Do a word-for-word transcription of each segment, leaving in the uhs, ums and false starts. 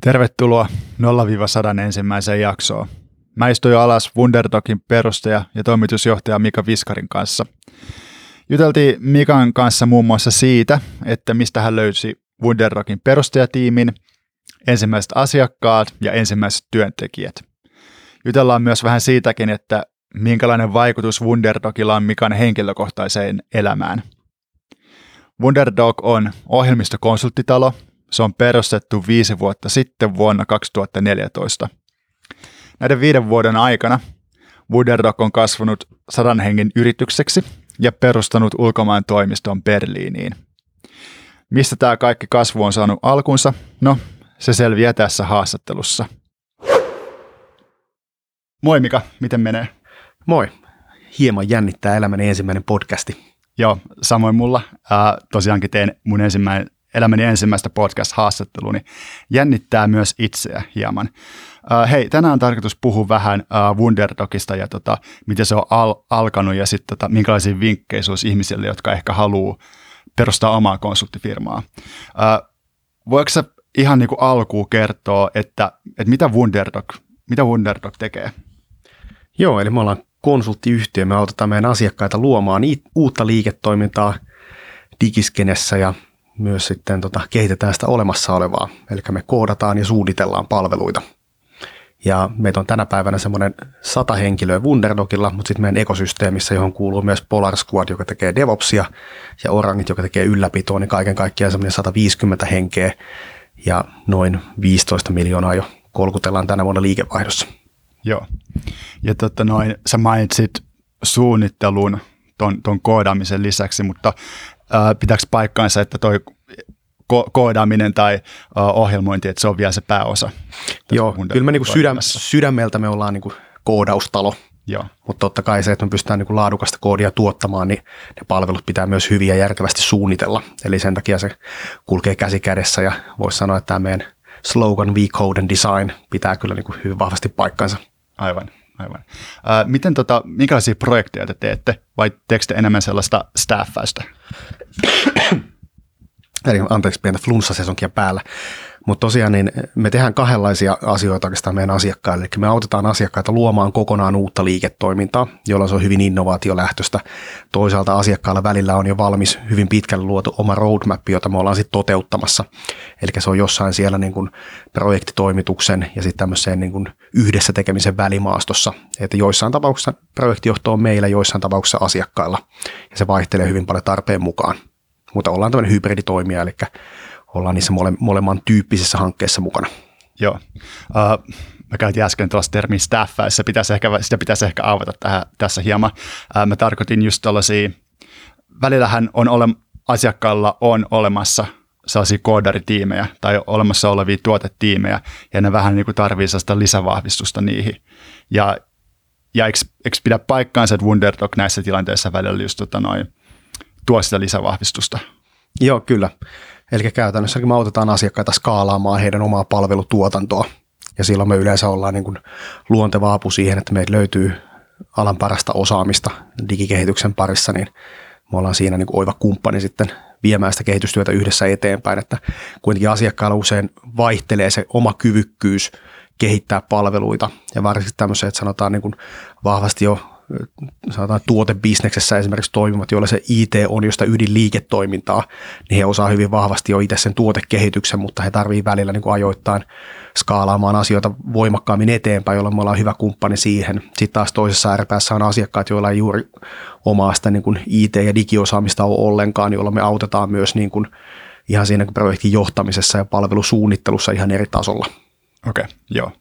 Tervetuloa nolla sata ensimmäiseen jaksoon. Mä istuin alas Wunderdogin perustaja ja toimitusjohtaja Mika Viskarin kanssa. Juteltiin Mikan kanssa muun muassa siitä, että mistä hän löysi Wunderdogin perustajatiimin, ensimmäiset asiakkaat ja ensimmäiset työntekijät. Jutellaan myös vähän siitäkin, että minkälainen vaikutus Wunderdogilla on Mikan henkilökohtaiseen elämään. Wunderdog on ohjelmistokonsulttitalo. Se on perustettu viisi vuotta sitten vuonna kaksituhattaneljätoista. Näiden viiden vuoden aikana Wunderdog on kasvanut sadan hengen yritykseksi ja perustanut ulkomaan toimiston Berliiniin. Mistä tämä kaikki kasvu on saanut alkunsa? No, se selviää tässä haastattelussa. Moi Mika, miten menee? Moi. Hieman jännittää elämäni ensimmäinen podcasti. Joo, samoin mulla. Äh, tosiaankin teen mun ensimmäinen elämäni ensimmäistä podcast-haastattelua, niin jännittää myös itseä hieman. Uh, hei, tänään on tarkoitus puhua vähän uh, Wunderdogista ja tota, miten se on al- alkanut ja sitten tota, minkälaisia vinkkejä olisi ihmisille, jotka ehkä haluaa perustaa omaa konsulttifirmaa. Uh, voiko sä ihan niin kuin alkuun kertoa, että, että mitä, Wunderdog, mitä Wunderdog tekee? Joo, eli me ollaan konsulttiyhtiö. Me autetaan meidän asiakkaita luomaan uutta liiketoimintaa digiskenessä ja myös sitten tota, kehitetään sitä olemassa olevaa, eli me koodataan ja suunnitellaan palveluita. Ja meitä on tänä päivänä semmoinen sata henkilöä Wunderdogilla, mutta sitten meidän ekosysteemissä, johon kuuluu myös Polar Squad, joka tekee DevOpsia, ja Orangit, joka tekee ylläpitoa, niin kaiken kaikkiaan semmoinen sata viisikymmentä henkeä ja noin viisitoista miljoonaa jo kolkutellaan tänä vuonna liikevaihdossa. Joo, ja totta noin, sä mainitsit suunnittelun ton, ton koodaamisen lisäksi, mutta Äh, pitääkö paikkaansa, että toi ko- koodaaminen tai äh, ohjelmointi, että se on vielä se pääosa? Joo, kyllä me niinku sydäm, sydämeltä me ollaan niinku koodaustalo, Joo. Mutta totta kai se, että me pystytään niinku laadukasta koodia tuottamaan, niin ne palvelut pitää myös hyvin ja järkevästi suunnitella. Eli sen takia se kulkee käsi kädessä ja voisi sanoa, että tämä meidän slogan We Code and Design pitää kyllä niinku hyvin vahvasti paikkansa. Aivan. Aivan. Äh, miten tota, minkälaisia projekteja te teette, vai teekö te enemmän sellaista staffausta? Eli anteeksi pientä flunssasesonkia päällä. Mutta tosiaan niin me tehdään kahdenlaisia asioita oikeastaan meidän asiakkaille. Eli me autetaan asiakkaita luomaan kokonaan uutta liiketoimintaa, jolla se on hyvin innovaatiolähtöistä. Toisaalta asiakkailla välillä on jo valmis hyvin pitkälle luotu oma roadmap, jota me ollaan sitten toteuttamassa. Eli se on jossain siellä niin kuin projektitoimituksen ja sitten tämmöiseen niin kuin yhdessä tekemisen välimaastossa. Että joissain tapauksissa projektijohto on meillä, joissain tapauksissa asiakkailla. Ja se vaihtelee hyvin paljon tarpeen mukaan. Mutta ollaan tämmöinen hybriditoimija, eli ollaan niissä mole, molemman tyyppisissä hankkeissa mukana. Joo. Uh, mä käytin äsken tuossa termiä staffaa, sitä pitäisi ehkä, sitä pitäisi ehkä avata tähän, tässä hieman. Uh, mä tarkoitin just tällaisia, välillähän on ole, asiakkaalla on olemassa sellaisia koodaritiimejä tai olemassa olevia tuotetiimejä, ja ne vähän niin kuin tarvii sellaista lisävahvistusta niihin. Ja, ja eikö, eikö pidä paikkaansa, että Wunderdog näissä tilanteissa välillä just tota noin, tuo sitä lisävahvistusta? Joo, kyllä. Eli käytännössä me autetaan asiakkaita skaalaamaan heidän omaa palvelutuotantoa. Ja silloin me yleensä ollaan niin kuin luonteva apu siihen, että meillä löytyy alan parasta osaamista digikehityksen parissa, niin me ollaan siinä niin kuin oiva kumppani sitten viemään sitä kehitystyötä yhdessä eteenpäin. Että kuitenkin asiakkailla usein vaihtelee se oma kyvykkyys kehittää palveluita. Ja varsinkin tämmöisiä, että sanotaan niin kuin vahvasti jo sanotaan tuotebisneksessä esimerkiksi toimivat, joilla se I T on josta ydinliiketoimintaa, niin he osaa hyvin vahvasti jo itse sen tuotekehityksen, mutta he tarvitsevat välillä niin kuin ajoittain skaalaamaan asioita voimakkaammin eteenpäin, jolloin me ollaan hyvä kumppani siihen. Sitten taas toisessa ääripäässä on asiakkaat, joilla ei juuri omaa sitä niin kuin I T- ja digiosaamista ole ollenkaan, jolloin me autetaan myös niin kuin ihan siinä projektin johtamisessa ja palvelusuunnittelussa ihan eri tasolla. Okei, okay, joo.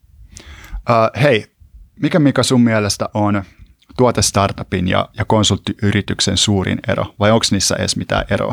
Uh, hei, mikä Mika sun mielestä on tuotestartupin ja, ja konsulttiyrityksen suurin ero, vai onko niissä edes mitään eroa?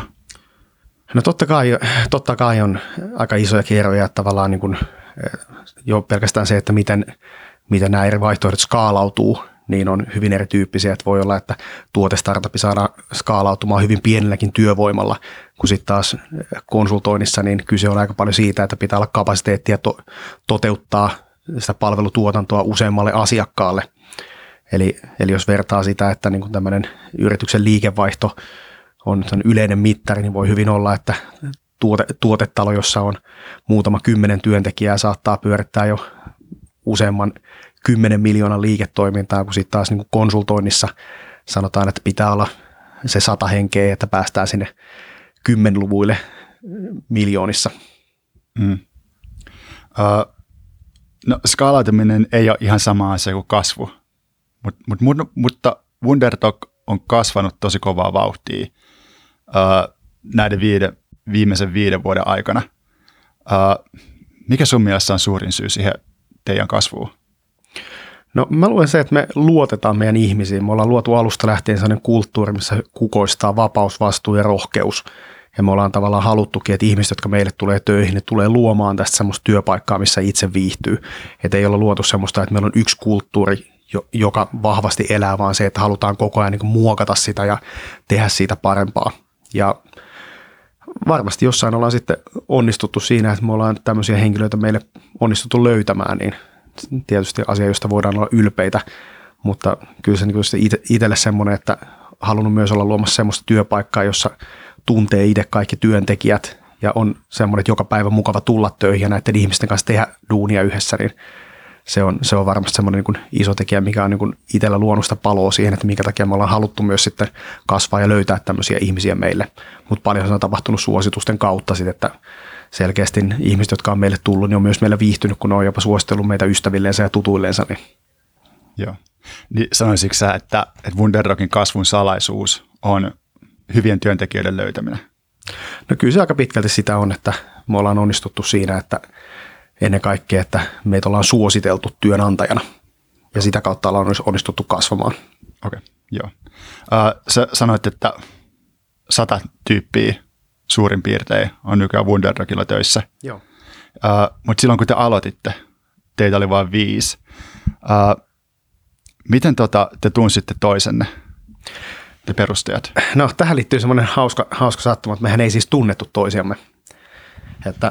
No totta kai, totta kai on aika isoja eroja, että tavallaan niin kuin, jo pelkästään se, että miten, miten nämä eri vaihtoehdot skaalautuu, niin on hyvin erityyppisiä, että voi olla, että tuotestartupi saadaan skaalautumaan hyvin pienelläkin työvoimalla, kun sitten taas konsultoinnissa niin kyse on aika paljon siitä, että pitää olla kapasiteettia to, toteuttaa sitä palvelutuotantoa useammalle asiakkaalle. Eli, eli jos vertaa sitä, että niin kuin tämmöinen yrityksen liikevaihto on yleinen mittari, niin voi hyvin olla, että tuote, tuotetalo, jossa on muutama kymmenen työntekijää, saattaa pyörittää jo useamman kymmenen miljoonan liiketoimintaa, kun sitten taas niin kuin konsultoinnissa sanotaan, että pitää olla se sata henkeä, että päästään sinne kymmenluvuille miljoonissa. Mm. Uh, no, skaalautuminen ei ole ihan sama asia kuin kasvu, Mut, mut, mut, mutta Wunderdog on kasvanut tosi kovaa vauhtia uh, näiden viiden, viimeisen viiden vuoden aikana. Uh, mikä sun mielestä on suurin syy siihen teidän kasvuun? No mä luulen se, että me luotetaan meidän ihmisiin. Me ollaan luotu alusta lähtien sellainen kulttuuri, missä kukoistaa vapaus, vastuu ja rohkeus. Ja me ollaan tavallaan haluttukin, että ihmiset, jotka meille tulee töihin, ne tulee luomaan tästä semmoista työpaikkaa, missä itse viihtyy. Että ei olla luotu semmoista, että meillä on yksi kulttuuri, joka vahvasti elää, vaan se, että halutaan koko ajan niin kuin muokata sitä ja tehdä siitä parempaa. Ja varmasti jossain ollaan sitten onnistuttu siinä, että me ollaan tämmöisiä henkilöitä meille onnistuttu löytämään, niin tietysti asia, josta voidaan olla ylpeitä, mutta kyllä se niin ite, itselle semmoinen, että halunnut myös olla luomassa semmoista työpaikkaa, jossa tuntee itse kaikki työntekijät ja on semmoinen, että joka päivä mukava tulla töihin ja näiden ihmisten kanssa tehdä duunia yhdessä, niin se on, se on varmasti semmoinen niin iso tekijä, mikä on niin itsellä luonut sitä paloa siihen, että minkä takia me ollaan haluttu myös sitten kasvaa ja löytää tämmöisiä ihmisiä meille, mutta paljon se on tapahtunut suositusten kautta sitten, että selkeästi ihmiset, jotka on meille tullut, niin on myös meillä viihtynyt, kun ne on jopa suositellut meitä ystävillensä ja tutuilleensa. Niin. Joo. Niin sanoisitko sä, että, että Wunderdogin kasvun salaisuus on hyvien työntekijöiden löytäminen? No kyllä se aika pitkälti sitä on, että me ollaan onnistuttu siinä, että ennen kaikkea, että meitä ollaan suositeltu työnantajana ja sitä kautta ollaan onnistuttu kasvamaan. Okei, okay, joo. Uh, sä sanoit, että sata tyyppiä suurin piirtein on nykyään Wunderdogilla töissä. Joo. Uh, mutta silloin kun te aloititte, teitä oli vain viisi. Uh, miten tota, te tunsitte toisenne, te perustajat? No tähän liittyy semmoinen hauska, hauska sattuma, että mehän ei siis tunnettu toisiamme. Että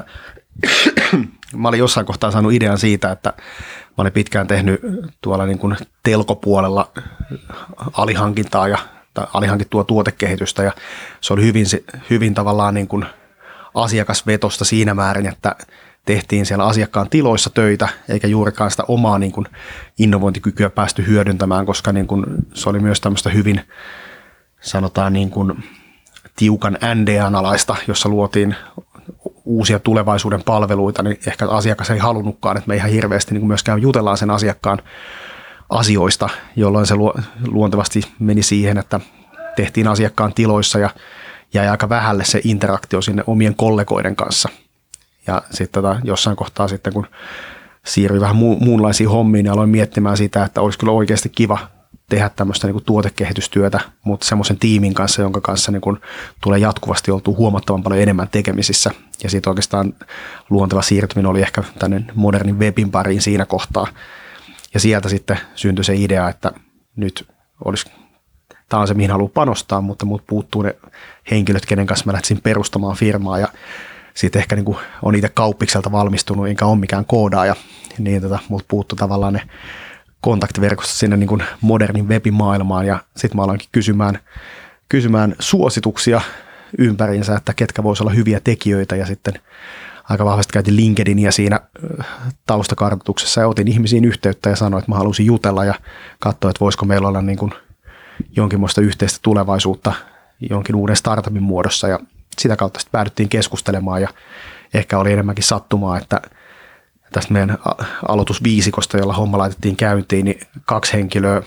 mä olin jossain kohtaa saanut idean siitä, että mä olin pitkään tehnyt tuolla niin kuin telkopuolella alihankintaa ja alihankittua tuotekehitystä ja se oli hyvin, hyvin tavallaan niin kuin asiakasvetosta siinä määrin, että tehtiin siellä asiakkaan tiloissa töitä eikä juurikaan sitä omaa niin kuin innovointikykyä päästy hyödyntämään, koska niin kuin se oli myös tämmöistä hyvin sanotaan niin kuin tiukan N D A-alaista, jossa luotiin uusia tulevaisuuden palveluita, niin ehkä asiakas ei halunnutkaan, että me ihan hirveästi niin kuin myöskään jutellaan sen asiakkaan asioista, jolloin se luontevasti meni siihen, että tehtiin asiakkaan tiloissa ja jäi aika vähälle se interaktio sinne omien kollegoiden kanssa. Ja sitten tota, jossain kohtaa sitten, kun siirryin vähän mu- muunlaisiin hommiin, niin aloin miettimään sitä, että olisi kyllä oikeasti kiva tehdä tämmöistä niin kuin tuotekehitystyötä, mutta semmoisen tiimin kanssa, jonka kanssa niin kuin tulee jatkuvasti oltua huomattavan paljon enemmän tekemisissä. Ja siitä oikeastaan luonteva siirtyminen oli ehkä tänne modernin webin pariin siinä kohtaa. Ja sieltä sitten syntyi se idea, että nyt olisi, tämä on se, mihin haluaa panostaa, mutta muut puuttuu ne henkilöt, kenen kanssa mä lähtisin perustamaan firmaa. Ja sitten ehkä niin kuin on itse kauppikselta valmistunut, enkä ole mikään koodaaja, niin tota, mut puuttuu tavallaan ne kontaktiverkosta sinne niin kuin modernin webimaailmaan. Ja sitten mä aloinkin kysymään, kysymään suosituksia ympäriinsä, että ketkä voisi olla hyviä tekijöitä ja sitten aika vahvasti käytin LinkedInia siinä taustakartoituksessa ja otin ihmisiin yhteyttä ja sanoin, että mä halusin jutella ja katsoa, että voisiko meillä olla niin kuin jonkinlaista yhteistä tulevaisuutta jonkin uuden startupin muodossa ja sitä kautta sitten päädyttiin keskustelemaan ja ehkä oli enemmänkin sattumaa, että tästä meidän aloitusviisikosta, jolla homma laitettiin käyntiin, niin kaksi henkilöä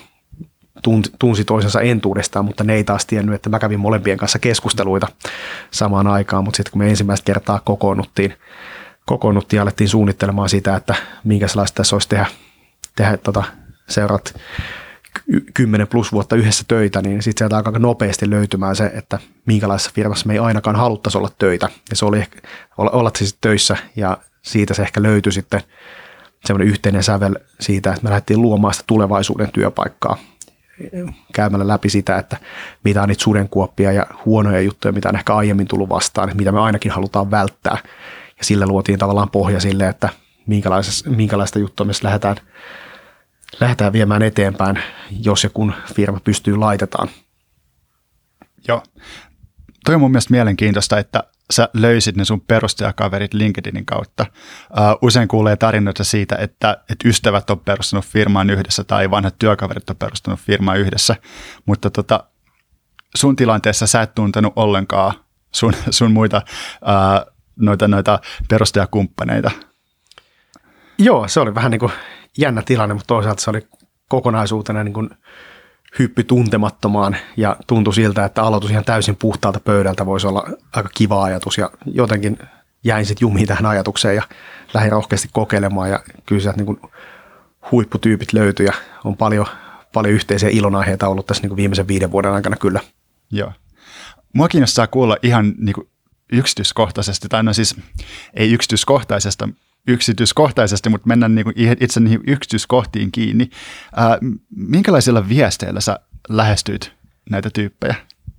tunsi toisensa entuudestaan, mutta ne ei taas tiennyt, että mä kävin molempien kanssa keskusteluita samaan aikaan, mutta sitten kun me ensimmäistä kertaa kokoonnuttiin, kokoonnuttiin ja alettiin suunnittelemaan sitä, että minkälaista tässä olisi tehdä, tehdä tota, seuraat kymmenen plus vuotta yhdessä töitä, niin sitten sieltä aika nopeasti löytymään se, että minkälaisessa firmassa me ei ainakaan haluttaisi olla töitä. Ja se oli ehkä, olla siis töissä ja siitä se ehkä löytyi sitten semmoinen yhteinen sävel siitä, että me lähdettiin luomaan sitä tulevaisuuden työpaikkaa käymällä läpi sitä, että mitä on niitä sudenkuoppia ja huonoja juttuja, mitä on ehkä aiemmin tullut vastaan, että mitä me ainakin halutaan välttää. Ja sillä luotiin tavallaan pohja sille, että minkälaista juttua me lähdetään, lähdetään viemään eteenpäin, jos ja kun firma pystyy laitetaan. Joo. Toi on mun mielestä mielenkiintoista, että sä löysit ne sun perustajakaverit LinkedInin kautta. Uh, usein kuulee tarinoita siitä, että, että ystävät on perustanut firmaan yhdessä tai vanhat työkaverit on perustanut firmaa yhdessä, mutta tota, sun tilanteessa sä et tuntenut ollenkaan sun, sun muita uh, noita, noita perustajakumppaneita. Joo, se oli vähän niin kuin jännä tilanne, mutta toisaalta se oli kokonaisuutena niin kuin hyppy tuntemattomaan ja tuntui siltä, että aloitus ihan täysin puhtaalta pöydältä voisi olla aika kiva ajatus ja jotenkin jäin sitten jumiin tähän ajatukseen ja lähdin rohkeasti kokeilemaan ja kyllä sieltä niin kuin huipputyypit löytyi ja on paljon, paljon yhteisiä ilonaiheita ollut tässä niin kuin viimeisen viiden vuoden aikana kyllä. Joo. Mua kiinnostaa kuulla ihan niin kuin yksityiskohtaisesti, tai no siis ei yksityiskohtaisesta, yksityiskohtaisesti, mutta mennään niin kuin itse niihin yksityiskohtiin kiinni. Ää, minkälaisilla viesteillä sä lähestyit näitä tyyppejä?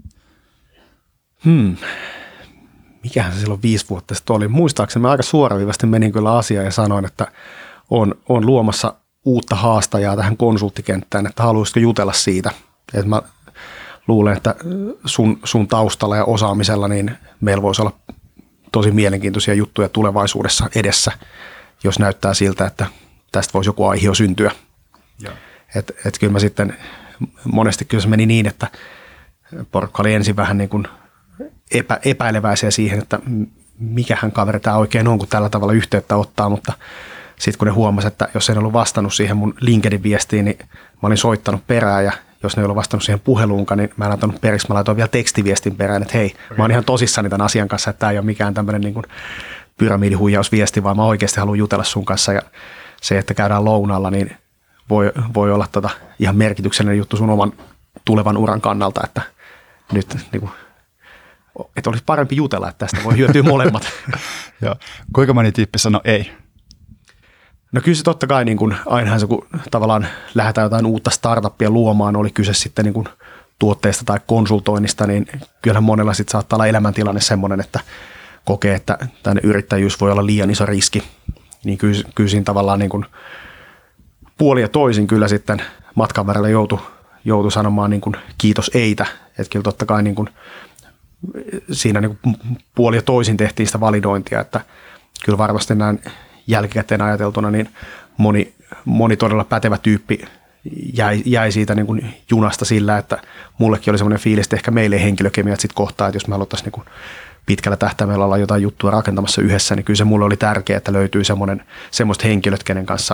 Hmm. Mikähän se silloin viisi vuotta sitten oli? Muistaakseni mä aika suoraviivasti menin kyllä asiaan ja sanoin, että on, on luomassa uutta haastajaa tähän konsulttikenttään, että haluaisitko jutella siitä. Että mä luulen, että sun, sun taustalla ja osaamisella niin meillä voisi olla tosi mielenkiintoisia juttuja tulevaisuudessa edessä, jos näyttää siltä, että tästä voisi joku aihio syntyä. Että et kyllä mä sitten monesti kyllä se meni niin, että porukka oli ensin vähän niin kuin epä, epäileväisiä siihen, että mikähän kaveri tämä oikein on, kun tällä tavalla yhteyttä ottaa, mutta sitten kun ne huomasi, että jos en ollut vastannut siihen mun LinkedIn-viestiin, niin mä olin soittanut perään ja jos ne ei ollut vastannut siihen puheluunkaan, niin mä en antanut periksi, mä laitoin vielä tekstiviestin perään, että hei, okay. Mä oon ihan tosissani tämän asian kanssa, että tämä ei ole mikään tämmöinen niin kuin pyramidihuijausviesti, vaan mä oikeasti haluan jutella sun kanssa ja se, että käydään lounalla, niin voi, voi olla tota ihan merkityksellinen juttu sun oman tulevan uran kannalta, että nyt niin kuin, että olisi parempi jutella, että tästä voi hyötyä molemmat. Joo. Kuinka moni tyyppi sanoi ei? No kyllä se totta kai, niin kuin, ainahan se kun tavallaan lähdetään jotain uutta startuppia luomaan, oli kyse sitten niin kuin tuotteesta tai konsultoinnista, niin kyllähän monella sitten saattaa olla elämäntilanne semmoinen, että kokee, että tänne yrittäjyys voi olla liian iso riski. Niin kyllä, kyllä siinä tavallaan niin kuin puoli ja toisin kyllä sitten matkan varrella joutui, joutui sanomaan niin kuin kiitos eitä. Että kyllä totta kai niin kuin siinä niin kuin puoli ja toisin tehtiin sitä validointia, että kyllä varmasti näin jälkikäteen ajateltuna, niin moni, moni todella pätevä tyyppi jäi, jäi siitä niin kuin junasta sillä, että mullekin oli semmoinen fiilis, että ehkä meille ei henkilökemiat sitten kohtaa, että jos me haluttaisiin niin kuin pitkällä tähtäimellä olla jotain juttua rakentamassa yhdessä, niin kyllä se mulle oli tärkeää, että löytyy semmoinen, semmoiset henkilöt, kenen kanssa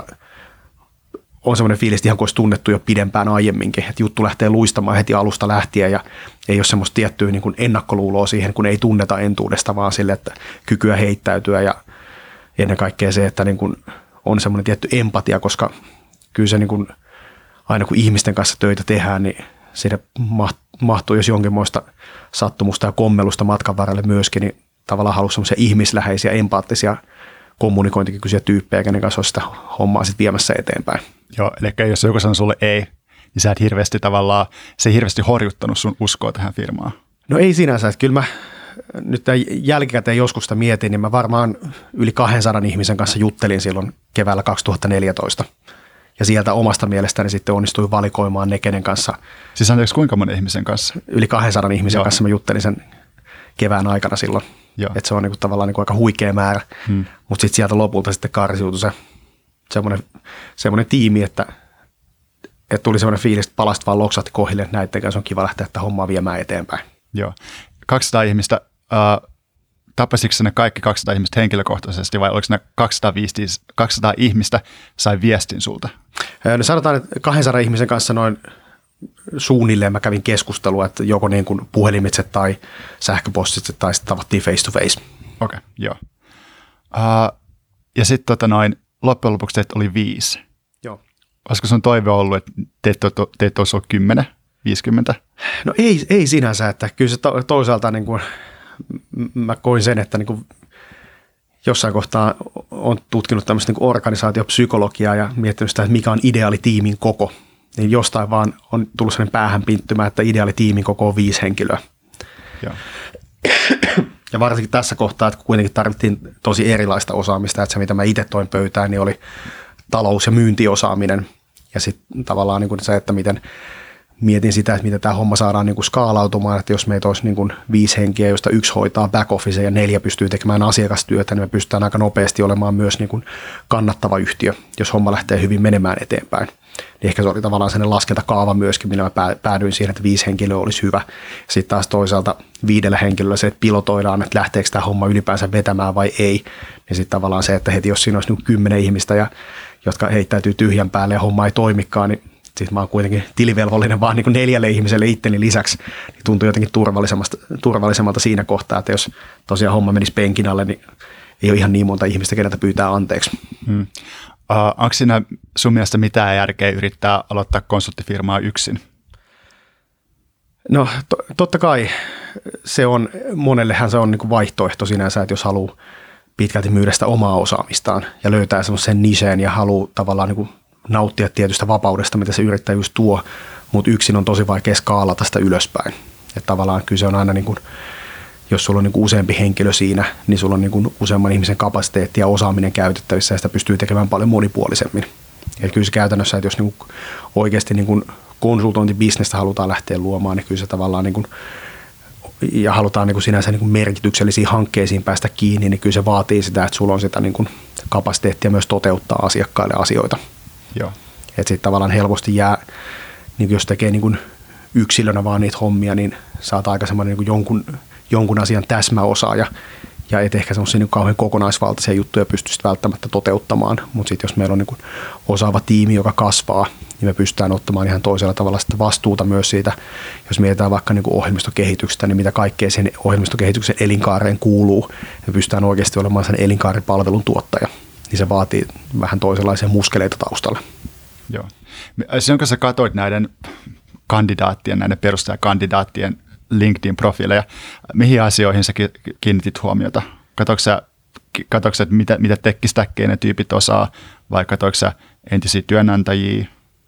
on semmoinen fiilis, että ihan kuin olisi tunnettu jo pidempään aiemminkin, että juttu lähtee luistamaan heti alusta lähtien ja ei ole semmoista tiettyä niin kuin ennakkoluuloa siihen, kun ei tunneta entuudesta, vaan sille, että kykyä heittäytyä ja ennen kaikkea se, että niin kuin on semmoinen tietty empatia, koska kyllä se niin kuin, aina kun ihmisten kanssa töitä tehdään, niin siinä mahtuu jos jonkinmoista sattumusta ja kommelusta matkan varrelle myöskin, niin tavallaan haluaa semmoisia ihmisläheisiä, empaattisia, kommunikointikykyisiä tyyppejä, kenen kanssa on sitä hommaa sitten viemässä eteenpäin. Joo, eli jos joku sanoo sulle ei, niin sä et hirveästi tavallaan, se ei hirveästi horjuttanut sun uskoa tähän firmaan. No ei sinänsä, että kyllä mä nyt jälkikäteen joskus sitä mietin, niin mä varmaan yli kahdensadan ihmisen kanssa juttelin silloin keväällä kaksituhattaneljätoista. Ja sieltä omasta mielestäni sitten onnistuin valikoimaan ne, kenen kanssa. Siis anteeksi, kuinka monen ihmisen kanssa? Yli kahdensadan ihmisen Joo. kanssa mä juttelin sen kevään aikana silloin. Että se on niinku tavallaan niinku aika huikea määrä. Hmm. Mutta sitten sieltä lopulta sitten karsiutui se semmoinen, semmoinen tiimi, että, että tuli semmoinen fiilis, että palasit vaan loksahti kohdille, että näiden kanssa on kiva lähteä tätä hommaa viemään eteenpäin. Joo. kaksisataa ihmistä, äh, tapasitko ne kaikki kaksisataa ihmistä henkilökohtaisesti vai oliko ne kaksisataaviisikymmentä, kaksisataa ihmistä sai viestin sulta? No sanotaan, että kahdensadan ihmisen kanssa noin suunnilleen mä kävin keskustelua, että joko niin kuin puhelimitse tai sähköpostitse tai sitten tavattiin face to face. Okei, okay, joo. Uh, ja sitten tota noin, loppujen lopuksi teitä oli viisi. Joo. Olisiko sun toive ollut, että teitä teet olisi ollut kymmenen, viisikymmentä? No ei, ei sinänsä, että kyllä se to, toisaalta niin kuin, mä koin sen, että niin kuin jossain kohtaa on tutkinut tämmöistä niin kuin organisaatiopsykologiaa ja miettinyt sitä, että mikä on ideaali tiimin koko. Niin jostain vaan on tullut sellainen päähänpinttymä, että ideaali tiimin koko on viisi henkilöä. Joo. Ja varsinkin tässä kohtaa, että kuitenkin tarvittiin tosi erilaista osaamista, että se mitä mä itse toin pöytään, niin oli talous- ja myyntiosaaminen. Ja sitten tavallaan niin kuin se, että miten, mietin sitä, että miten tämä homma saadaan niin kuin skaalautumaan, että jos meitä olisi niin kuin viisi henkiä, josta yksi hoitaa back office ja neljä pystyy tekemään asiakastyötä, niin me pystytään aika nopeasti olemaan myös niin kuin kannattava yhtiö, jos homma lähtee hyvin menemään eteenpäin. Niin ehkä se oli tavallaan sellainen laskentakaava myöskin, millä mä päädyin siihen, että viisi henkilöä olisi hyvä. Sitten taas toisaalta viidellä henkilöllä se, että pilotoidaan, että lähteekö tämä homma ylipäänsä vetämään vai ei. Ja sitten tavallaan se, että heti jos siinä olisi niin kymmenen ihmistä, ja, jotka heittäytyy tyhjän päälle ja homma ei toimikaan, niin sitten mä oon kuitenkin tilivelvollinen vaan niin kuin neljälle ihmiselle itteni lisäksi, niin tuntuu jotenkin turvallisemmalta, turvallisemmalta siinä kohtaa, että jos tosiaan homma menisi penkin alle, niin ei ole ihan niin monta ihmistä, keneltä pyytää anteeksi. Hmm. Uh, onko siinä sun mielestä mitään järkeä yrittää aloittaa konsulttifirmaa yksin? No to, totta kai se on, monellehan se on niin kuin vaihtoehto sinänsä, että jos haluaa pitkälti myydä sitä omaa osaamistaan ja löytää semmoisen nicheen ja haluaa tavallaan niin kuin nauttia tietystä vapaudesta, mitä se yrittäjyys tuo, mutta yksin on tosi vaikea skaalata sitä ylöspäin. Että tavallaan kyse on aina, niin kuin, jos sulla on niin kuin useampi henkilö siinä, niin sulla on niin kuin useamman ihmisen kapasiteetti ja osaaminen käytettävissä ja sitä pystyy tekemään paljon monipuolisemmin. Eli kyllä se käytännössä, että jos niin kuin oikeasti niin kuin konsultointibisnestä halutaan lähteä luomaan, niin kyllä se tavallaan niin kuin, ja halutaan niin kuin sinänsä niin kuin merkityksellisiin hankkeisiin päästä kiinni, niin kyllä se vaatii sitä, että sulla on sitä niin kuin kapasiteettia myös toteuttaa asiakkaille asioita. Joo. Että sitten tavallaan helposti jää, niin jos tekee niin kuin yksilönä vaan niitä hommia, niin saat aika semmoinen niin kuin jonkun, jonkun asian täsmäosaaja ja et ehkä semmoisia niin kauhean kokonaisvaltaisia juttuja pystyisit välttämättä toteuttamaan. Mutta sitten jos meillä on niin kuin osaava tiimi, joka kasvaa, niin me pystytään ottamaan ihan toisella tavalla sitä vastuuta myös siitä, jos mietitään vaikka niin kuin ohjelmistokehityksestä, niin mitä kaikkea sen ohjelmistokehityksen elinkaareen kuuluu, me pystytään oikeasti olemaan sen elinkaaripalvelun tuottaja. Niin se vaatii vähän toisenlaisia muskeleita taustalla. Joo. Silloin kun sä katsoit näiden kandidaattien, näiden perustajakandidaattien LinkedIn-profiileja, mihin asioihin sä kiinnitit huomiota? Katsoitko sä, katsoitko sä että mitä, mitä tekkistäkkejä ne tyypit osaa, vai katsoitko sä entisiä työnantajia?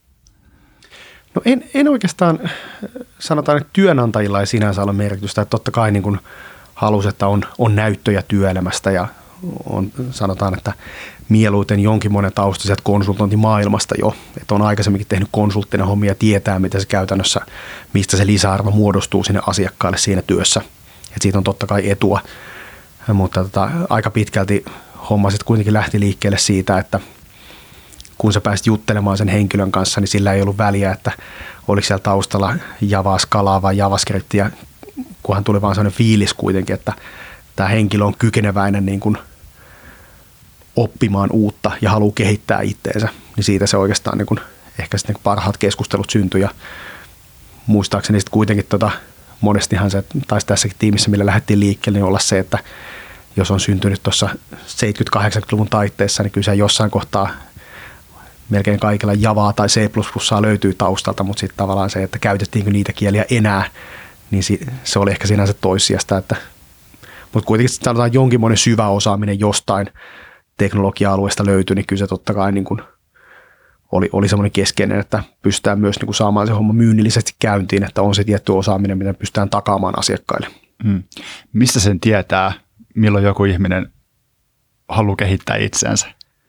No en, en oikeastaan, sanotaan, että työnantajilla ei sinänsä ole merkitystä. Että totta kai niin kuin halusi, että on, on näyttöjä työelämästä ja on, sanotaan, että mieluiten jonkin monen tausta sieltä konsultointimaailmasta jo, että on aikaisemminkin tehnyt konsulttina hommia ja tietää, mitä se käytännössä, mistä se lisäarvo muodostuu sinne asiakkaalle siinä työssä. Et siitä on totta kai etua, mutta tota, aika pitkälti homma sitten kuitenkin lähti liikkeelle siitä, että kun sä pääsit juttelemaan sen henkilön kanssa, niin sillä ei ollut väliä, että oliko siellä taustalla Javaa, Scalaa vai JavaScriptia, kunhan tuli vaan sellainen fiilis kuitenkin, että tämä henkilö on kykeneväinen niin kuin oppimaan uutta ja haluaa kehittää itteensä, niin siitä se oikeastaan niin kuin, ehkä sitten niin parhaat keskustelut syntyi. Ja muistaakseni sitten kuitenkin tota, monestihan se taisi tässäkin tiimissä, millä lähdettiin liikkeelle, niin olla se, että jos on syntynyt tuossa seitsemänkymmentä-kahdeksankymmentäluvun taitteessa, niin kyllä se jossain kohtaa melkein kaikilla Javaa tai C plus plus löytyy taustalta, mutta sitten tavallaan se, että käytettiinkö niitä kieliä enää, niin se oli ehkä sinänsä toissijasta, että mutta kuitenkin sanotaan jonkinmoinen syvä osaaminen jostain teknologia-alueesta löytyi, niin kyllä se totta kai niin kuin oli, oli semmoinen keskeinen, että pystytään myös niin kuin saamaan se homma myynnillisesti käyntiin, että on se tietty osaaminen, mitä pystytään takaamaan asiakkaille. Hmm. Mistä sen tietää, milloin joku ihminen haluaa kehittää itseänsä?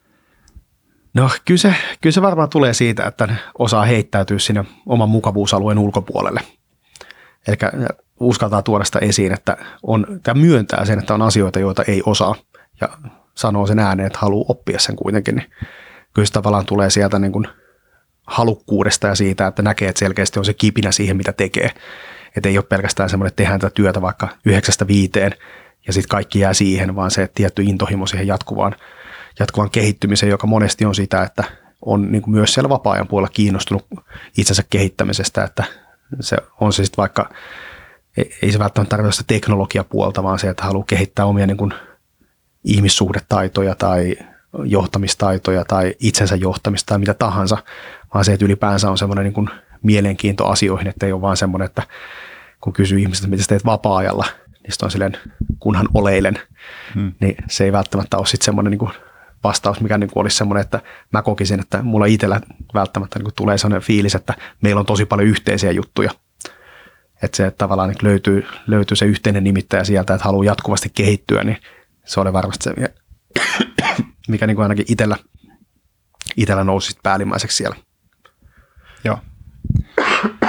No kyllä se, kyllä se varmaan tulee siitä, että osaa heittäytyä sinne oman mukavuusalueen ulkopuolelle. Eli uskaltaa tuoda sitä esiin, että on, tämä myöntää sen, että on asioita, joita ei osaa ja sanoo sen ääneen, että haluaa oppia sen kuitenkin. Niin kyllä se tavallaan tulee sieltä niin kuin halukkuudesta ja siitä, että näkee, että selkeästi on se kipinä siihen, mitä tekee. Että ei ole pelkästään semmoinen, että tehdään tätä työtä vaikka yhdeksästä viiteen ja sitten kaikki jää siihen, vaan se tietty intohimo siihen jatkuvaan, jatkuvaan kehittymiseen, joka monesti on sitä, että on niin kuin myös siellä vapaa-ajan puolella kiinnostunut itsensä kehittämisestä, että se on se sitten vaikka, ei se välttämättä tarvitse sitä teknologiapuolta, vaan se, että haluaa kehittää omia niin kuin ihmissuhdetaitoja tai johtamistaitoja tai itsensä johtamista tai mitä tahansa, vaan se, että ylipäänsä on semmoinen niin kuin mielenkiinto asioihin, että ei ole vaan semmoinen, että kun kysyy ihmisiltä, mitä sä teet vapaa-ajalla, niin sitten on silleen, kunhan oleilen, hmm. niin se ei välttämättä ole sitten semmoinen niin kuin vastaus, mikä niin kuin olisi semmoinen, että mä kokisin, että mulla itsellä välttämättä niin kuin tulee semmoinen fiilis, että meillä on tosi paljon yhteisiä juttuja. Että se että tavallaan niin löytyy, löytyy se yhteinen nimittäjä sieltä, että haluaa jatkuvasti kehittyä, niin se oli varmasti se, mikä niin kuin ainakin itsellä, itsellä nousi päällimmäiseksi siellä. Joo.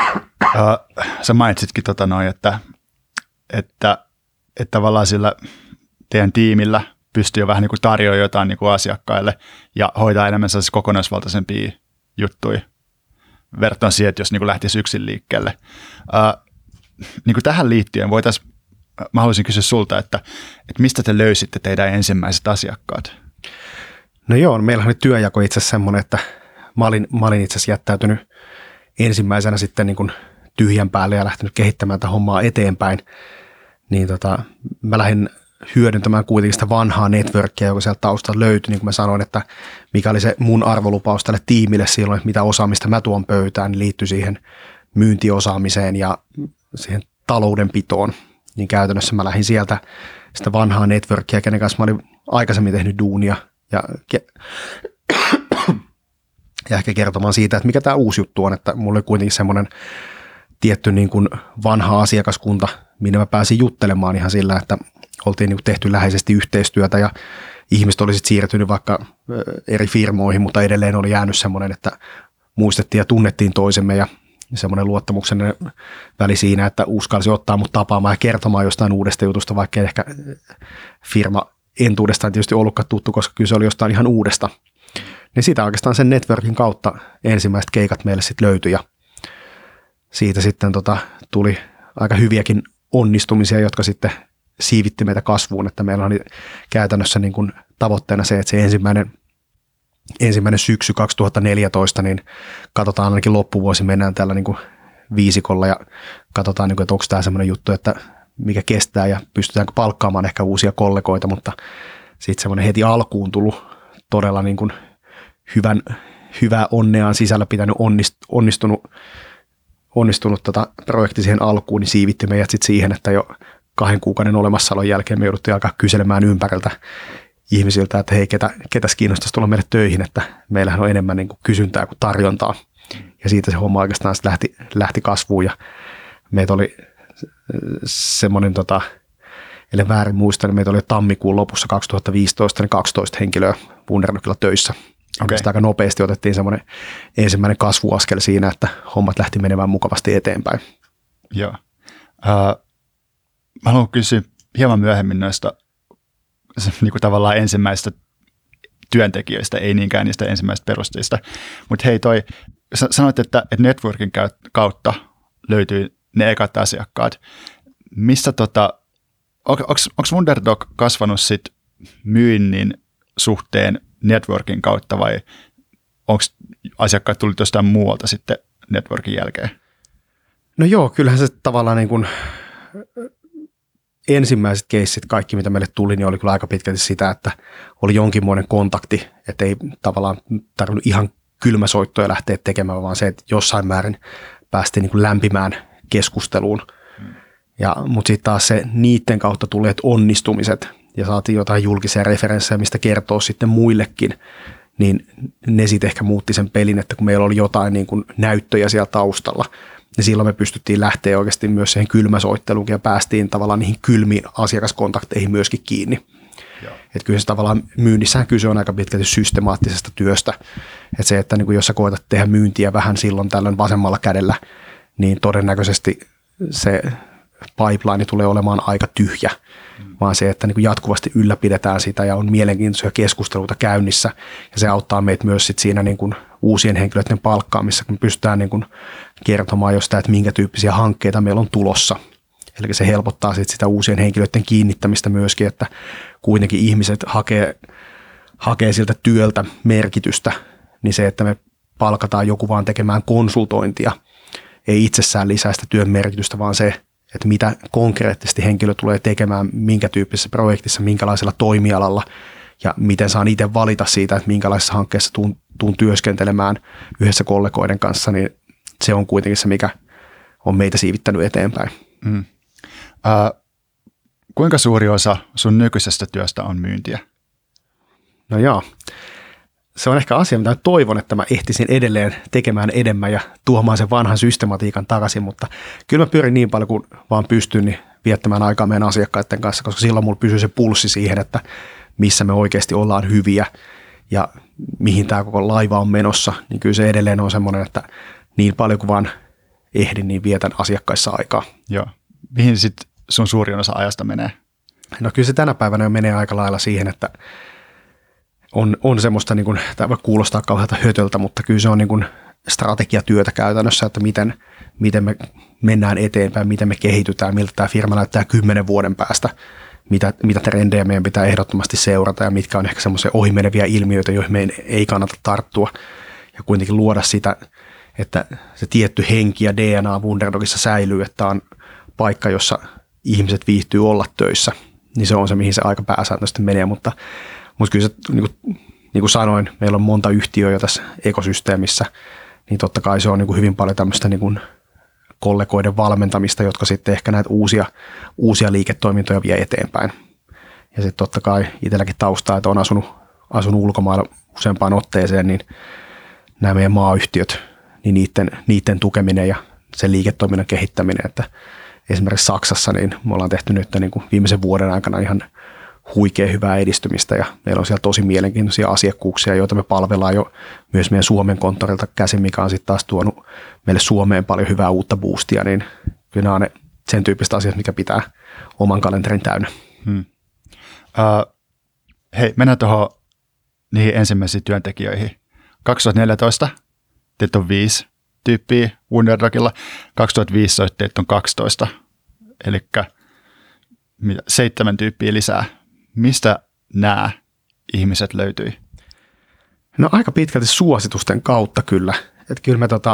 Uh, sä mainitsitkin tota noin, että, että, että tavallaan sillä teidän tiimillä pystyy jo vähän niin kuin tarjoamaan jotain niin kuin asiakkaille ja hoitaa enemmän sellaisia kokonaisvaltaisempia juttuja verrattuna siihen, että jos niin kuin lähtisi yksin liikkeelle. Uh, niin kuin tähän liittyen voitaisiin, mä haluaisin kysyä sulta, että, että mistä te löysitte teidän ensimmäiset asiakkaat? No joo, meillä oli työjako itse asiassa semmoinen, että mä olin, mä olin itse asiassa jättäytynyt ensimmäisenä sitten niin kuin tyhjän päälle ja lähtenyt kehittämään tätä hommaa eteenpäin, niin tota, mä lähdin hyödyntämään kuitenkin sitä vanhaa networkia, joka sieltä taustalta löytyi, niin kuin mä sanoin, että mikä oli se mun arvolupaus tälle tiimille silloin, että mitä osaamista mä tuon pöytään, niin liittyi siihen myyntiosaamiseen ja siihen taloudenpitoon, niin käytännössä mä lähdin sieltä sitä vanhaa networkia, kenen kanssa mä olin aikaisemmin tehnyt duunia ja, ja ehkä kertomaan siitä, että mikä tämä uusi juttu on, että mulla oli kuitenkin semmoinen tietty niin kuin vanha asiakaskunta, minne mä pääsin juttelemaan ihan sillä, että oltiin niin kuin tehty läheisesti yhteistyötä ja ihmiset oli sitten siirtynyt vaikka eri firmoihin, mutta edelleen oli jäänyt semmoinen, että muistettiin ja tunnettiin toisemme ja semmoinen luottamuksellinen väli siinä, että uskalsi ottaa mut tapaamaan ja kertomaan jostain uudesta jutusta, vaikka ehkä firma entuudestaan tietysti ollutkaan tuttu, koska kyse oli jostain ihan uudesta. Niin siitä oikeastaan sen networkin kautta ensimmäiset keikat meille sitten löytyi ja siitä sitten tota, tuli aika hyviäkin onnistumisia, jotka sitten siivitti meitä kasvuun, että meillä oli käytännössä niin kuin tavoitteena se, että se ensimmäinen, ensimmäinen syksy kaksituhattaneljätoista, niin katsotaan ainakin loppuvuosi, mennään tällä niin kuin viisikolla ja katsotaan, niin kuin, että onko tämä semmoinen juttu, että mikä kestää ja pystytäänkö palkkaamaan ehkä uusia kollegoita, mutta sitten semmoinen heti alkuun tullut todella niin kuin hyvän, hyvää onneaan sisällä pitänyt onnistunut, onnistunut tota projekti siihen alkuun, niin siivitti meidät sitten siihen, että jo kahden kuukauden olemassaolon jälkeen me jouduttiin alkaa kyselemään ympäriltä ihmisiltä, että hei, ketä, ketäs kiinnostaisi tulla meille töihin, että meillähän on enemmän niin kuin kysyntää kuin tarjontaa. Ja siitä se homma oikeastaan lähti, lähti kasvuun ja meitä oli semmoinen, tota, eli väärin muista, niin meitä oli tammikuun lopussa kaksituhattaviisitoista, niin kaksitoista henkilöä Wunderdogilla töissä. Okay. Aika nopeasti otettiin semmoinen ensimmäinen kasvuaskel siinä, että hommat lähti menemään mukavasti eteenpäin. Joo. Uh, mä haluan kysyä hieman myöhemmin noista niin kuin tavallaan ensimmäistä työntekijöistä, ei niinkään niistä ensimmäistä perusteista. Mutta hei toi, sanoit, että, että networkin kautta löytyy ne ekat asiakkaat. Mistä tota, on, onko Wunderdog kasvanut sit myynnin suhteen networkin kautta vai onko asiakkaat tullut jostain muualta sitten networkin jälkeen? No joo, kyllähän se tavallaan niin kuin ensimmäiset keissit, kaikki mitä meille tuli, niin oli kyllä aika pitkälti sitä, että oli jonkinmoinen kontakti, että ei tavallaan tarvinnut ihan kylmäsoittoja lähteä tekemään, vaan se, että jossain määrin päästiin niin kuin lämpimään keskusteluun. Hmm. Ja, mutta sitten taas se niiden kautta tulleet onnistumiset ja saatiin jotain julkisia referenssejä, mistä kertoo sitten muillekin, niin ne sitten ehkä muutti sen pelin, että kun meillä oli jotain niin kuin näyttöjä siellä taustalla, niin silloin me pystyttiin lähteä oikeasti myös siihen kylmäsoitteluun ja päästiin tavallaan niihin kylmiin asiakaskontakteihin myöskin kiinni. Että kyllä se tavallaan myynnissään kyse on aika pitkälti systemaattisesta työstä. Että se, että niin kuin jos sä koetat tehdä myyntiä vähän silloin tällöin vasemmalla kädellä, niin todennäköisesti se pipeline tulee olemaan aika tyhjä, mm. vaan se, että niin kuin jatkuvasti ylläpidetään sitä ja on mielenkiintoisia keskusteluita käynnissä ja se auttaa meitä myös sit siinä niin kuin uusien henkilöiden palkkaamissa, kun pystytään niin kuin kertomaan jostain, että minkä tyyppisiä hankkeita meillä on tulossa. Eli se helpottaa sit sitä uusien henkilöiden kiinnittämistä myöskin, että kuitenkin ihmiset hakee, hakee siltä työltä merkitystä, niin se, että me palkataan joku vaan tekemään konsultointia, ei itsessään lisää sitä työn merkitystä, vaan se, että mitä konkreettisesti henkilö tulee tekemään, minkä tyyppisessä projektissa, minkälaisella toimialalla ja miten saan itse valita siitä, että minkälaisessa hankkeessa tuun, tuun työskentelemään yhdessä kollegoiden kanssa, niin se on kuitenkin se, mikä on meitä siivittänyt eteenpäin. Mm. Uh, kuinka suuri osa sun nykyisestä työstä on myyntiä? No joo, se on ehkä asia, mitä toivon, että mä ehtisin edelleen tekemään enemmän ja tuomaan sen vanhan systematiikan takaisin, mutta kyllä mä pyrin niin paljon kuin vaan pystyn niin viettämään aikaa meidän asiakkaiden kanssa, koska silloin mulla pysyy se pulssi siihen, että missä me oikeasti ollaan hyviä ja mihin tämä koko laiva on menossa, niin kyllä se edelleen on semmoinen, että niin paljon kuin vaan ehdin, niin vietän asiakkaissa aikaa. Joo. Mihin sitten sun suurin osa ajasta menee? No kyllä se tänä päivänä jo menee aika lailla siihen, että on, on semmoista, niin kuin, tämä voi kuulostaa kauhealta hötöltä, mutta kyllä se on niin kuin strategiatyötä käytännössä, että miten, miten me mennään eteenpäin, miten me kehitytään, miltä tämä firma näyttää kymmenen vuoden päästä, mitä, mitä trendejä meidän pitää ehdottomasti seurata ja mitkä on ehkä semmoisia ohimeneviä ilmiöitä, joihin meidän ei kannata tarttua ja kuitenkin luoda sitä, että se tietty henki ja D N A Wunderdogissa säilyy, että on paikka, jossa ihmiset viihtyy olla töissä, niin se on se, mihin se aika pääsääntöisesti menee, mutta, mutta kyllä se, niin kuin, niin kuin sanoin, meillä on monta yhtiöä jo tässä ekosysteemissä, niin totta kai se on niin kuin hyvin paljon tämmöistä niin kuin kollegoiden valmentamista, jotka sitten ehkä näitä uusia, uusia liiketoimintoja vie eteenpäin. Ja sitten totta kai itselläkin taustaa, että on asunut, asunut ulkomailla useampaan otteeseen, niin nämä meidän maayhtiöt, niin niiden, niiden tukeminen ja sen liiketoiminnan kehittäminen, että esimerkiksi Saksassa niin me ollaan tehty nyt niin kuin viimeisen vuoden aikana ihan huikea hyvää edistymistä ja meillä on siellä tosi mielenkiintoisia asiakkuuksia, joita me palvellaan jo myös meidän Suomen konttorilta käsin, mikä on sitten taas tuonut meille Suomeen paljon hyvää uutta boostia, niin kyllä nämä on ne sen tyyppiset asiat, mikä pitää oman kalenterin täynnä. Hmm. Uh, hei, mennään tuohon niihin ensimmäisiin työntekijöihin. kaksituhattaneljätoista teitä on viisi tyyppiä Wunderdogilla, kaksituhattaviisitoista teitä on kaksitoista, eli seitsemän tyyppiä lisää. Mistä nämä ihmiset löytyi? No aika pitkälti suositusten kautta kyllä. Että kyllä me tota,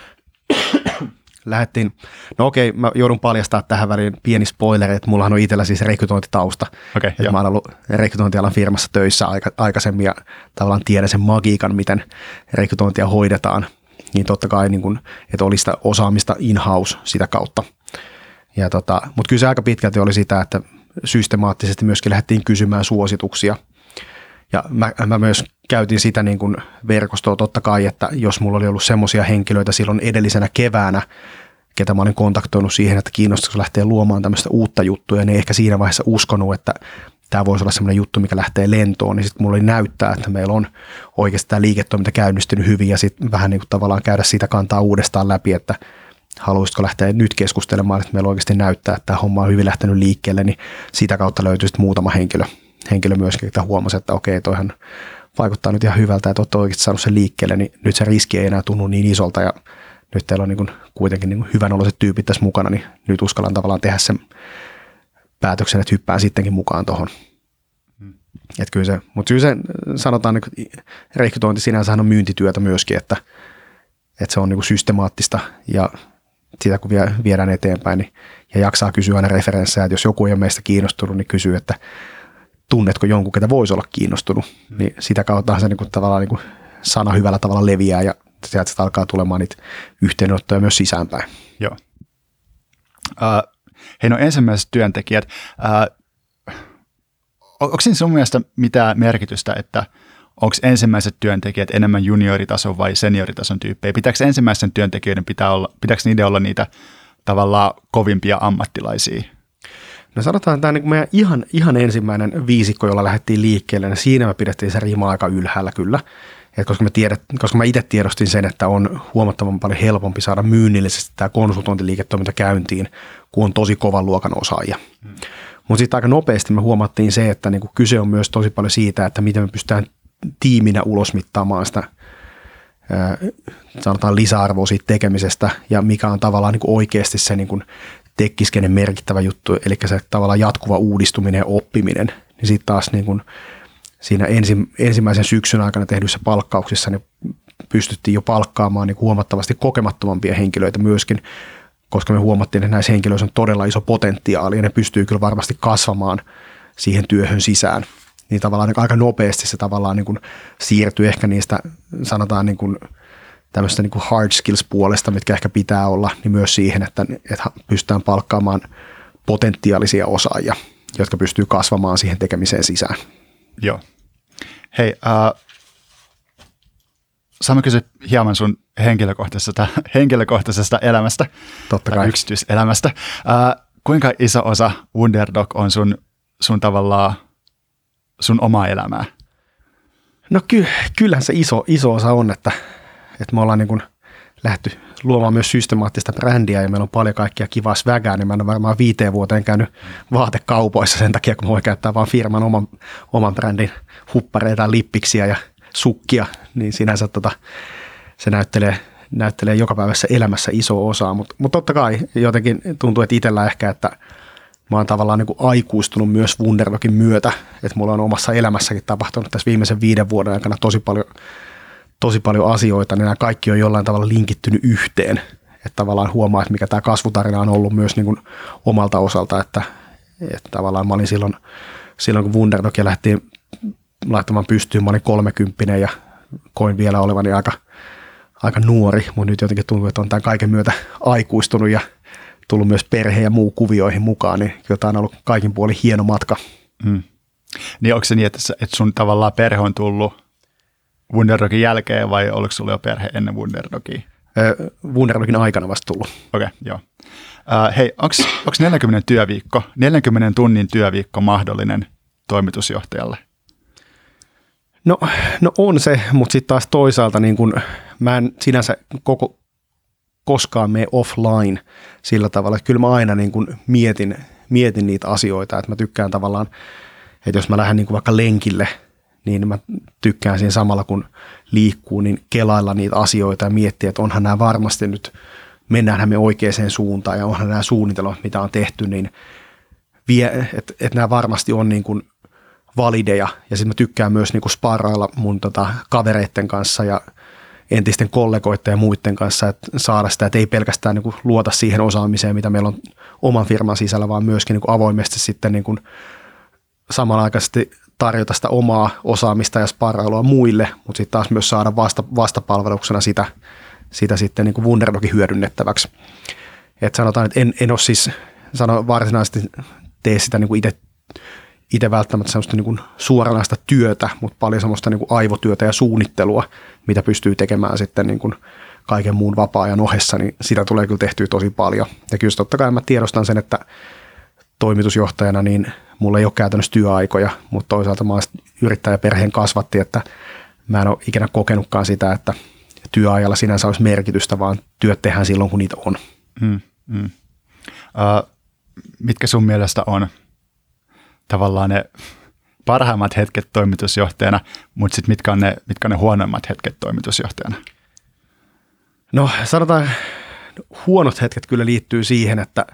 lähdettiin, no okei, mä joudun paljastamaan tähän väliin pieni spoileri, että mullahan on itsellä siis rekrytointitausta. Okay, että mä oon ollut rekrytointialan firmassa töissä aika, aikaisemmin ja tavallaan tiedän sen magiikan, miten rekrytointia hoidetaan. Niin totta kai, niin kun, että oli sitä osaamista in-house sitä kautta. Ja tota, mutta kyllä se aika pitkälti oli sitä, että systemaattisesti myöskin lähdettiin kysymään suosituksia. Ja mä, mä myös käytin sitä niin kuin verkostoa totta kai, että jos mulla oli ollut semmoisia henkilöitä silloin edellisenä keväänä, ketä mä olin kontaktoinut siihen, että kiinnostaisi lähteä luomaan tämmöistä uutta juttua, ja ne ehkä siinä vaiheessa uskonut, että tämä voisi olla semmoinen juttu, mikä lähtee lentoon, niin sitten mulla oli näyttää, että meillä on oikeasti tämä liiketoiminta käynnistynyt hyvin, ja sitten vähän niin kuin tavallaan käydä sitä kantaa uudestaan läpi, että haluaisitko lähteä nyt keskustelemaan, että meillä oikeasti näyttää, että tämä homma on hyvin lähtenyt liikkeelle, niin sitä kautta löytyy sitten muutama henkilö, henkilö myöskin, että huomasi, että okei, toihan vaikuttaa nyt ihan hyvältä, että olette oikeasti saanut sen liikkeelle, niin nyt se riski ei enää tunnu niin isolta, ja nyt teillä on niin kuin kuitenkin niin kuin hyvän oloiset tyypit tässä mukana, niin nyt uskallan tavallaan tehdä sen päätöksen, että hyppään sittenkin mukaan tuohon. Hmm. Että kyllä se, mutta kyllä se sanotaan, että rekrytointi sinänsähän on myyntityötä myöskin, että, että se on niin kuin systemaattista ja sitä kun viedään eteenpäin niin, ja jaksaa kysyä aina referenssejä, että jos joku ei ole meistä kiinnostunut, niin kysyy, että tunnetko jonkun, ketä voisi olla kiinnostunut, hmm. niin sitä kautta se niin kuin, tavallaan niin kuin sana hyvällä tavalla leviää ja sieltä alkaa tulemaan niitä yhteydenottoja myös sisäänpäin. Joo. Uh, hei, no ensimmäiset työntekijät, uh, onko siinä sun mielestä mitään merkitystä, että onko ensimmäiset työntekijät enemmän junioritason vai senioritason tyyppejä? Pitääkö ensimmäisten työntekijöiden pitää olla, pitääkö niiden olla niitä tavallaan kovimpia ammattilaisia? No sanotaan, että tämä niin meidän ihan, ihan ensimmäinen viisikko, jolla lähdettiin liikkeelle, niin siinä me pidettiin se rima aika ylhäällä kyllä. Et koska, me tiedet, koska mä itse tiedostin sen, että on huomattavan paljon helpompi saada myynnillisesti tämä konsultointiliiketoiminta käyntiin, kun on tosi kovan luokan osaajia. Hmm. Mutta sitten aika nopeasti me huomattiin se, että niinku kyse on myös tosi paljon siitä, että miten me pystytään tiiminä ulosmittaamaan sitä ää, sanotaan lisäarvoa siitä tekemisestä ja mikä on tavallaan niinku oikeasti se niinku tekkiskeinen merkittävä juttu, eli se tavallaan jatkuva uudistuminen ja oppiminen, niin sitten taas niinku siinä ensi, ensimmäisen syksyn aikana tehdyissä palkkauksissa niin pystyttiin jo palkkaamaan niin huomattavasti kokemattomampia henkilöitä myöskin, koska me huomattiin, että näissä henkilöissä on todella iso potentiaali ja ne pystyy kyllä varmasti kasvamaan siihen työhön sisään. Niin tavallaan niin aika nopeasti se tavallaan niin kuin siirtyy ehkä niistä sanotaan niin kuin tämmöistä niin kuin hard skills puolesta, mitkä ehkä pitää olla, niin myös siihen, että, että pystytään palkkaamaan potentiaalisia osaajia, jotka pystyy kasvamaan siihen tekemiseen sisään. Joo. Hei, uh, saamme kysyä hieman sun henkilökohtaisesta, henkilökohtaisesta elämästä, totta kai yksityiselämästä. Uh, kuinka iso osa Wunderdog on sun, sun tavallaan sun omaa elämää? No ky, kyllähän se iso, iso osa on, että, että me ollaan niin kuin lähty luomaan myös systemaattista brändiä ja meillä on paljon kaikkia kivaa svägää, niin mä en ole varmaan viiteen vuoteen käynyt vaatekaupoissa sen takia, kun mä voin käyttää vaan firman oman, oman brändin huppareita, lippiksiä ja sukkia, niin sinänsä tota, se näyttelee, näyttelee jokapäiväisessä elämässä iso osaa, mutta mut totta kai jotenkin tuntuu, että itsellä ehkä, että mä oon tavallaan niin kuin aikuistunut myös Wunderdogin myötä, että mulla on omassa elämässäkin tapahtunut tässä viimeisen viiden vuoden aikana tosi paljon, tosi paljon asioita, niin nämä kaikki on jollain tavalla linkittynyt yhteen, että tavallaan huomaa, että mikä tämä kasvutarina on ollut myös niin kuin omalta osalta, että, että tavallaan mä olin silloin, silloin kun Wunderdogia lähti laittamaan pystyyn, mä olin kolmekymppinen ja koin vielä olevani aika, aika nuori, mutta nyt jotenkin tuntuu, että on tämän kaiken myötä aikuistunut ja tullut myös perhe ja muu kuvioihin mukaan, niin kyllä tämä on ollut kaikin puolin hieno matka. Hmm. Niin onko se niin, että, että sun tavallaan perhe on tullut Wunderdogin jälkeen vai oliko sulla jo perhe ennen Wunderdogia? Öö, Wunderdogin aikana vasta tullut. Okei, okay, joo. Uh, hei, onko neljänkymmenen työviikko, neljänkymmenen tunnin työviikko mahdollinen toimitusjohtajalle? No, no on se, mutta sitten taas toisaalta niin kun, mä en sinänsä koko koskaan mene offline sillä tavalla, että kyllä mä aina niin kuin mietin, mietin niitä asioita, että mä tykkään tavallaan, että jos mä lähden niin kuin vaikka lenkille, niin mä tykkään siinä samalla kun liikkuu, niin kelailla niitä asioita ja miettiä, että onhan nämä varmasti nyt, mennäänhän me oikeaan suuntaan ja onhan nämä suunnitelmat, mitä on tehty, niin vie, että, että nämä varmasti on niin kuin valideja ja sitten mä tykkään myös niin kuin sparrailla mun tota, kavereitten kanssa ja entisten kollegoiden ja muiden kanssa, että saada sitä, että ei pelkästään niin kuin luota siihen osaamiseen, mitä meillä on oman firman sisällä, vaan myöskin niin kuin avoimesti sitten niin kuin samanaikaisesti tarjota sitä omaa osaamista ja sparrailua muille, mutta sitten taas myös saada vasta, vastapalveluksena sitä, sitä sitten niin kuin Wunderdogin hyödynnettäväksi. Että sanotaan, että en, en ole siis sano, varsinaisesti tee sitä niin kuin itse itse välttämättä semmoista niin kuin suoranaista työtä, mutta paljon semmoista niin kuin aivotyötä ja suunnittelua, mitä pystyy tekemään sitten niin kuin kaiken muun vapaa-ajan ohessa, niin sitä tulee kyllä tehtyä tosi paljon. Ja kyllä totta kai mä tiedostan sen, että toimitusjohtajana niin mulla ei ole käytännössä työaikoja, mutta toisaalta mä oon yrittäjäperheen kasvatti, että mä en ole ikinä kokenutkaan sitä, että työajalla sinänsä olisi merkitystä, vaan työt tehdään silloin, kun niitä on. Mm, mm. Uh, mitkä sun mielestä on tavallaan ne parhaimmat hetket toimitusjohtajana, mutta sitten mitkä on ne, mitkä on ne huonoimmat hetket toimitusjohtajana? No sanotaan, huonot hetket kyllä liittyy siihen, että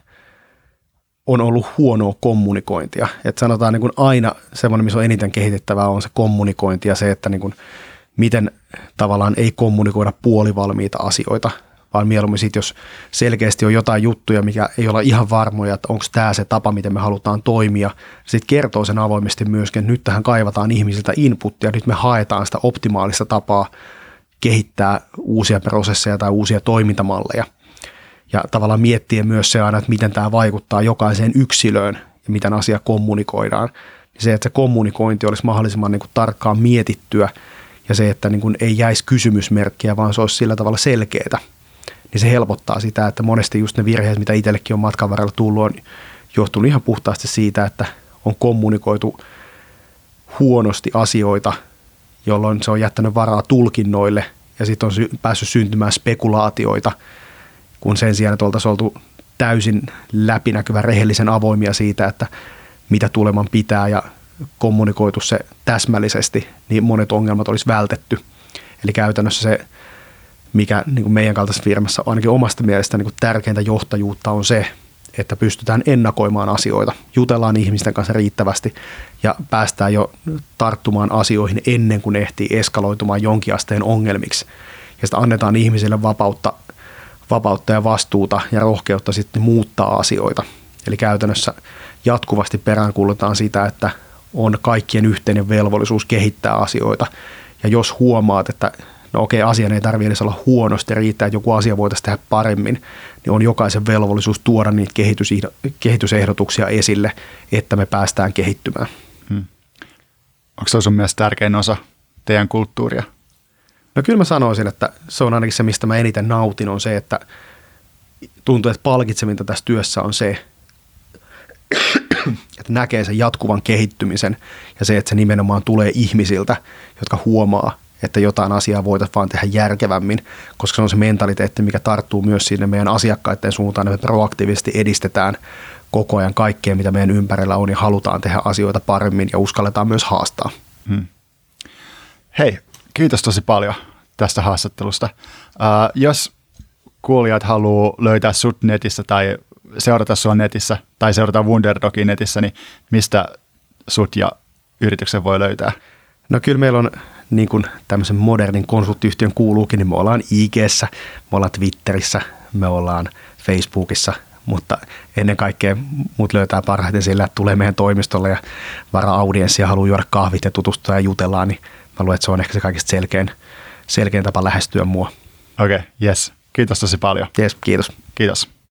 on ollut huonoa kommunikointia. Että sanotaan niin kuin aina semmoinen, missä on eniten kehitettävää, on se kommunikointi ja se, että niin kuin miten tavallaan ei kommunikoida puolivalmiita asioita, vaan mieluummin sitten, jos selkeästi on jotain juttuja, mikä ei olla ihan varmoja, että onko tämä se tapa, miten me halutaan toimia. Sitten kertoo sen avoimesti myöskin, että nyt tähän kaivataan ihmisiltä inputtia, nyt me haetaan sitä optimaalista tapaa kehittää uusia prosesseja tai uusia toimintamalleja. Ja tavallaan miettiä myös se aina, että miten tämä vaikuttaa jokaiseen yksilöön ja miten asia kommunikoidaan. Se, että se kommunikointi olisi mahdollisimman niin kuin tarkkaan mietittyä ja se, että niin kuin ei jäisi kysymysmerkkiä, vaan se olisi sillä tavalla selkeää. Niin se helpottaa sitä, että monesti just ne virheet, mitä itsellekin on matkan varrella tullut, on johtunut ihan puhtaasti siitä, että on kommunikoitu huonosti asioita, jolloin se on jättänyt varaa tulkinnoille ja sitten on sy- päässyt syntymään spekulaatioita, kun sen sijaan, että oltaisiin oltu täysin läpinäkyvä, rehellisen avoimia siitä, että mitä tuleman pitää ja kommunikoitu se täsmällisesti, niin monet ongelmat olisi vältetty. Eli käytännössä se, mikä niin kuin meidän kaltaisessa firmassa ainakin omasta mielestä niin kuin tärkeintä johtajuutta on se, että pystytään ennakoimaan asioita, jutellaan ihmisten kanssa riittävästi ja päästään jo tarttumaan asioihin ennen kuin ehtii eskaloitumaan jonkin asteen ongelmiksi. Ja sitten annetaan ihmisille vapautta, vapautta ja vastuuta ja rohkeutta sitten muuttaa asioita. Eli käytännössä jatkuvasti peräänkuulutaan sitä, että on kaikkien yhteinen velvollisuus kehittää asioita. Ja jos huomaat, että no okei, asian ei tarvitse edes olla huonosti, riittää, että joku asia voitaisiin tehdä paremmin, niin on jokaisen velvollisuus tuoda niitä kehitysehdotuksia esille, että me päästään kehittymään. Hmm. Onko se sun mielestä tärkein osa teidän kulttuuria? No kyllä mä sanoisin, että se on ainakin se, mistä mä eniten nautin, on se, että tuntuu, että palkitsevinta tässä työssä on se, että näkee sen jatkuvan kehittymisen ja se, että se nimenomaan tulee ihmisiltä, jotka huomaa, että jotain asiaa voitaisiin vaan tehdä järkevämmin, koska se on se mentaliteetti, mikä tarttuu myös sinne meidän asiakkaiden suuntaan, että me proaktiivisesti edistetään koko ajan kaikkea, mitä meidän ympärillä on ja halutaan tehdä asioita paremmin ja uskalletaan myös haastaa. Hmm. Hei, kiitos tosi paljon tästä haastattelusta. Uh, jos kuulijat haluaa löytää sut netissä tai seurata sua netissä tai seurata Wunderdogin netissä, niin mistä sut ja yrityksen voi löytää? No kyllä meillä on niin kuin tämmöisen modernin konsulttiyhtiön kuuluukin, niin me ollaan I G:ssä, me ollaan Twitterissä, me ollaan Facebookissa, mutta ennen kaikkea mut löytää parhaiten sillä, että tulee meidän toimistolle ja varaa audienssia, haluaa juoda kahvit ja tutustua ja jutellaan, niin mä luulen, että se on ehkä se kaikista selkein, selkein tapa lähestyä mua. Okei, okay, yes. Kiitos tosi paljon. Yes, kiitos. Kiitos.